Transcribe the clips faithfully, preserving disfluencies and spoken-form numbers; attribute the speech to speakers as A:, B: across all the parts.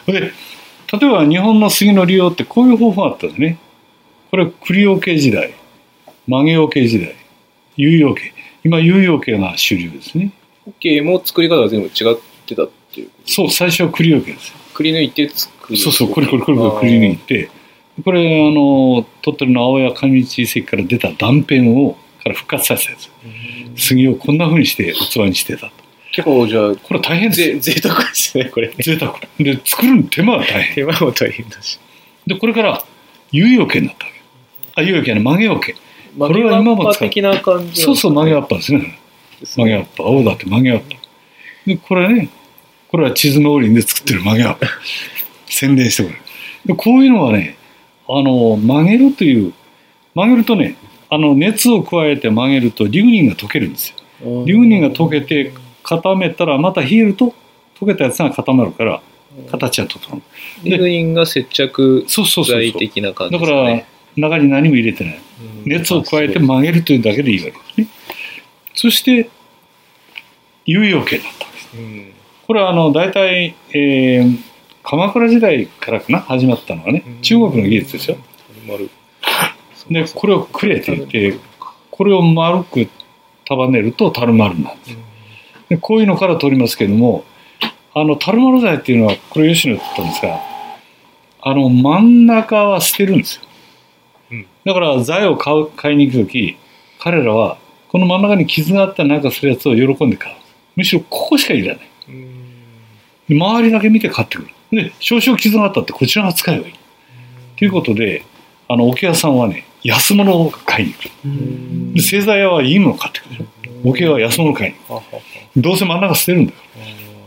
A: で例えば日本の杉の利用ってこういう方法があったんですね。これは栗養鶏時代、曲げ養鶏時代、有養鶏、今有養鶏が主流ですね。
B: 桶も作り方が全部違ってたっていうこと。
A: そう、最初は栗養鶏ですよ。
B: くり抜いて作る。
A: そうそう、これこれこれこれくり抜いて、これあの鳥取の青谷上地遺跡から出た断片をから復活させたやつ。杉をこんな風にして器にしてたと。
B: 結構じゃあ
A: これ大変ですよ。
B: ぜ贅沢ですねこれ。
A: 贅沢で作る手間は大変。
B: 手間も大変だし。で
A: これから有養鶏になったわけ。あ、有養鶏の曲げ養鶏。
B: これは今も使う。的な感じ。
A: そうそう曲げわっぱですね。曲げわっぱ、青だって曲げわっぱ。でこれね、これは地図農林で作ってる曲げわっぱ。宣伝してくれる。でこういうのはね、あの曲げるという曲げるとね、あの熱を加えて曲げるとリグニンが溶けるんですよ。リグニンが溶けて固めたらまた冷えると溶けたやつが固まるから形は整う。
B: リグニンが接着剤的な感じですね。
A: だから中に何も入れてない。熱を加えて曲げるというだけでいいわけですね。そして有養鶏になったわけです。これはあの大体、えー、鎌倉時代からかな始まったのはね、中国の技術ですよ。でこれをクレって言ってこれを丸く束ねると樽丸なんです。でこういうのから取りますけども、あの樽丸材っていうのはこれ吉野だったんですが、あの真ん中は捨てるんですよ。だから材を買う買いに行くとき彼らはこの真ん中に傷があったりなんかするやつを喜んで買う。むしろここしかいらない。で周りだけ見て買ってくる。で少々傷があったってこちらが使えばいいということで、あの桶屋さんはね安物を買いに来る。で製材屋はいいものを買ってくる。桶屋は安物を買いに来る。どうせ真ん中捨てるんだから。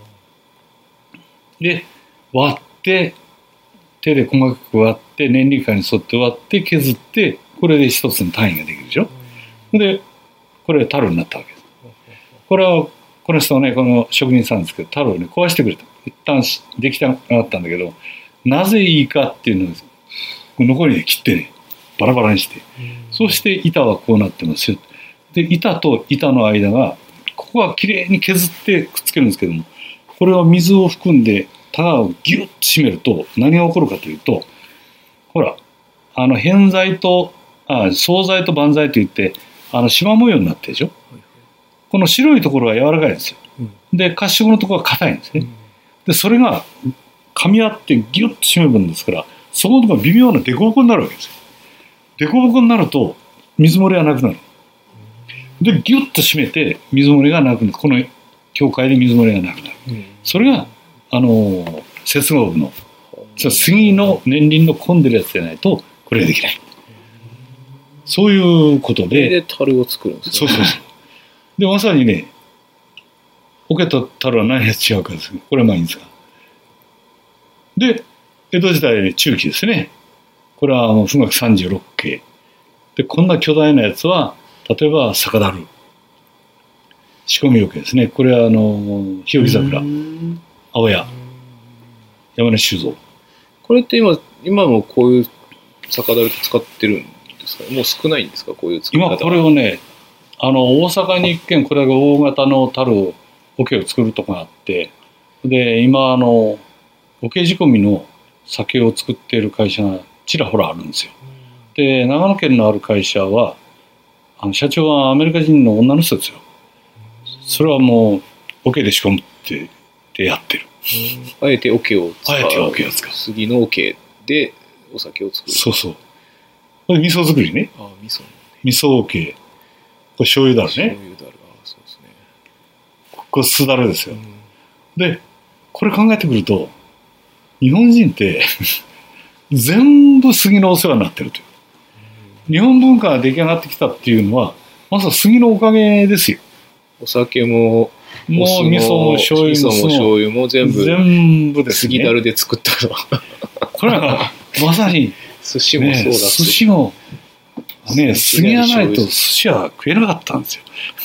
A: で割って手で細かく割って年輪間に沿って割って削ってこれで一つの単位ができるでしょ。でこれ樽になったわけです。これはこの人はね、この職人さんですけど樽をね壊してくれた。一旦できたなかったんだけど、なぜいいかっていうのを残りで切ってねバラバラにして、そして板はこうなってますよ。で板と板の間がここはきれいに削ってくっつけるんですけども、これは水を含んでタガをギュッと締めると何が起こるかというと、ほらあの偏材とあ総材と板材といってあの縞模様になってるでしょ。この白いところは柔らかいんですよ。で褐色のところは硬いんですね。でそれが噛み合ってギュッと締めるんですから、そこのところが微妙な凸凹になるわけですよ。凸凹になると水漏れがなくなる。でギュッと締めて水漏れがなくなる。この境界で水漏れがなくなる。それがあの接合部の杉の年輪の混んでるやつじゃないとこれができない。そういうことで。
B: で樽を作るんですね。
A: そうそうそう。でまさにね、桶と樽は何が違うかですけど、これはまあいいんですが。で江戸時代中期ですね。これはもう富岳さんじゅうろっけいで、こんな巨大なやつは例えば酒樽、仕込み桶ですね。これはあの日置桜、青谷、山根酒造。
B: これって今今もこういう酒樽って使ってるんですか？もう少ないんですか？こういう作り方は。
A: 今これをね、あの大阪に一軒これが大型の樽を桶を作るとこがあって、で今あの桶仕込みの酒を作っている会社がちらほらあるんですよ。で長野県のある会社はあの社長はアメリカ人の女の人ですよ。それはもう桶で仕込むってでやってる。
B: あえて桶を使う。
A: あえて桶を使う。
B: 杉の桶でお酒を作る。
A: そうそう。これ味噌作りね。
B: ああ味噌、ね。
A: 味噌桶。これ醤油だるね。
B: 醤油だる。あそうですね。
A: これ酢だるですよ。でこれ考えてくると日本人って全部杉のお世話になってるという。日本文化が出来上がってきたっていうのはまさに杉のおかげですよ。
B: お酒も
A: もう味噌も醤油も
B: 醤油も全部
A: 全部ですね。
B: 杉だるで作ったの。
A: これはまさに
B: 寿司もそうだし、ね、
A: 寿司もね杉がないと寿司は食えなかったんですよ。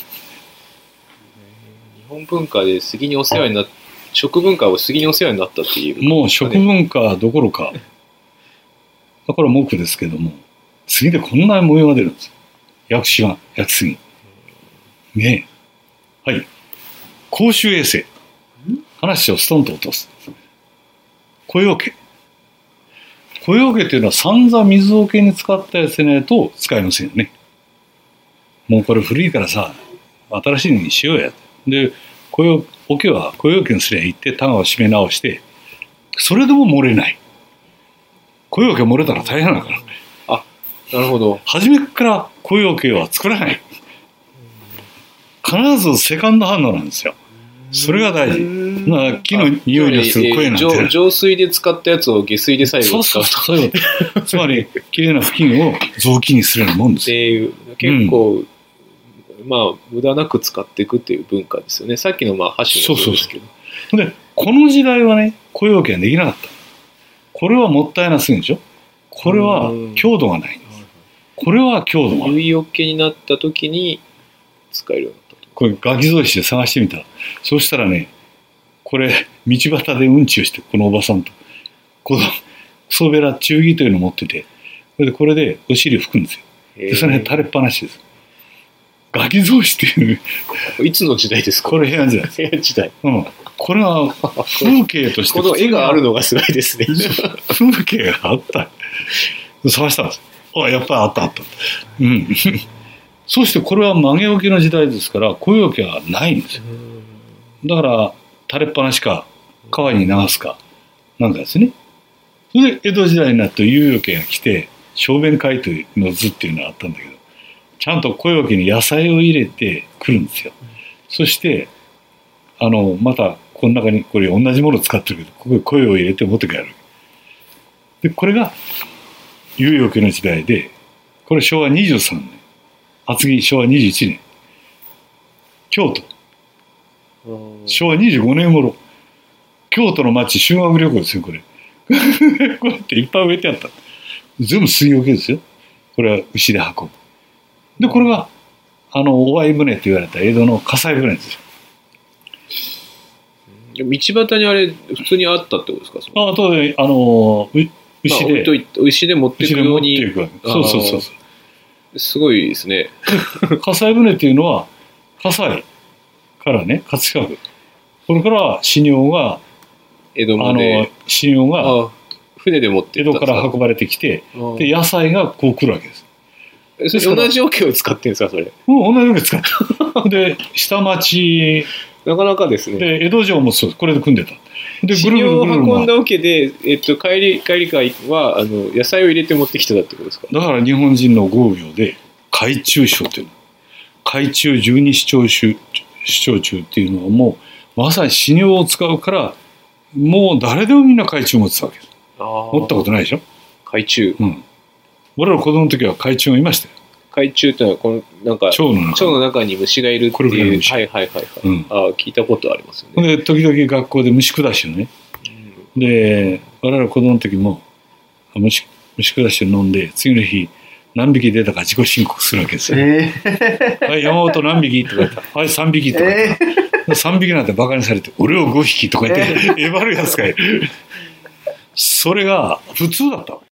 B: 日本文化で杉にお世話になっ食文化を杉にお世話になったっていう、
A: ね、もう食文化どころかこれは文句ですけども、杉でこんな模様が出るんですよ。薬師丸、薬杉ねえ。はい、公衆衛生、話をストンと落とす。 雇用家。雇用家っていうのは散々水桶に使ったやつでないと使えませんよね。もうこれ古いからさ、新しいのにしようや。で、雇用桶は雇用家にすりゃ行ってタガを締め直して、それでも漏れない。雇用家漏れたら大変だから。
B: あ、なるほど。
A: 初めから雇用家は作らない。必ずセカンドハンドなんですよ。それが大事。まあ、木の匂いのする声なんて、えー、
B: 浄水で使ったやつを下水で最後使うと。
A: そうそうそう。つまり、きれいな布巾を雑巾にするようなもんですよ。
B: っていう、結構、うん、まあ、無駄なく使っていくっていう文化ですよね。さっきのまあ箸もそうですけど。
A: そうそうそう。で、この時代はね、雇用権はできなかった。これはもったいなすぎるでしょ。これは強度がないんです。これは強度がない。
B: 結よけになった時に使えるようになったと。
A: これガキ雑誌で探してみたら、そうしたらね、これ道端でうんちをして、このおばさんとこのクソベラ中着というのを持ってて、これでこれでお尻を拭くんですよ。でそれで垂れっぱなしです。ガキ雑誌っていう
B: いつの時代ですか。
A: これ平安時代です。
B: 平安時代。
A: うん。これは風景として
B: この絵があるのがすごいですね。
A: 風景があった。探したんです。あ、やっぱりあったあった。うん。そしてこれは曲げ置きの時代ですから雇用権はないんですよ。だから垂れっぱなしか川に流すかなんかですね。それで江戸時代になって猶予権が来て小便会というの図っていうのがあったんだけど、ちゃんと雇用権に野菜を入れてくるんですよ。そしてあのまたこの中にこれ同じものを使ってるけど、ここに声を入れて持って帰る。でこれが猶予権の時代で、これしょうわにじゅうさんねん、厚木しょうわにじゅういちねん、京都しょうわにじゅうごねん頃、京都の町修学旅行ですよ。これこうやっていっぱい植えてあった。全部水桶ですよ。これは牛で運ぶ。でこれがあの尾張船と言われた江戸の葛西船ですよ。
B: 道端にあれ普通にあったってことですか。そ
A: ああとであの牛で、
B: まあ、牛で持っていくように。
A: そうそうそうそう。
B: すごいですね。
A: 葛西船っていうのは葛西からね、葛飾区、これから信用が
B: 江戸まで、
A: あの信用が
B: 船で持って
A: 江戸から運ばれてきて、で野菜がこう来るわけです。
B: それ同じ桶を使ってるんですか。それ
A: うん、同じ桶使ってで下町
B: なかなかですね。
A: で江戸城もそうです。これで組んでた。
B: でぐるぐるぐるぐる運んだ桶で、えっと、帰り帰り会はあの野菜を入れて持ってきてたってことですか。
A: だから日本人の豪業で海中省っていうの、海中十二指腸中っていうのはもうまさに死尿を使うから、もう誰でもみんな海中を持ってたわけです。持ったことないでしょ。
B: 海中、
A: うん、俺ら子供の時は海中がいましたよ。
B: 海中ってのはこのなんか腸の中、腸の中に虫がいるっていう、はいはいはいはい、うん、あ聞いたことありますよね。
A: で時々学校で虫下しをね、うん、で我々子供の時も虫虫下しを飲んで次の日何匹出たか自己申告するわけですよ。えー、はい山本何匹とか言ったらはいさんびきとか言った、えー、さんびきなんてバカにされて俺をごひきとか言って、えー、えばるやつがいる。それが普通だったわけ。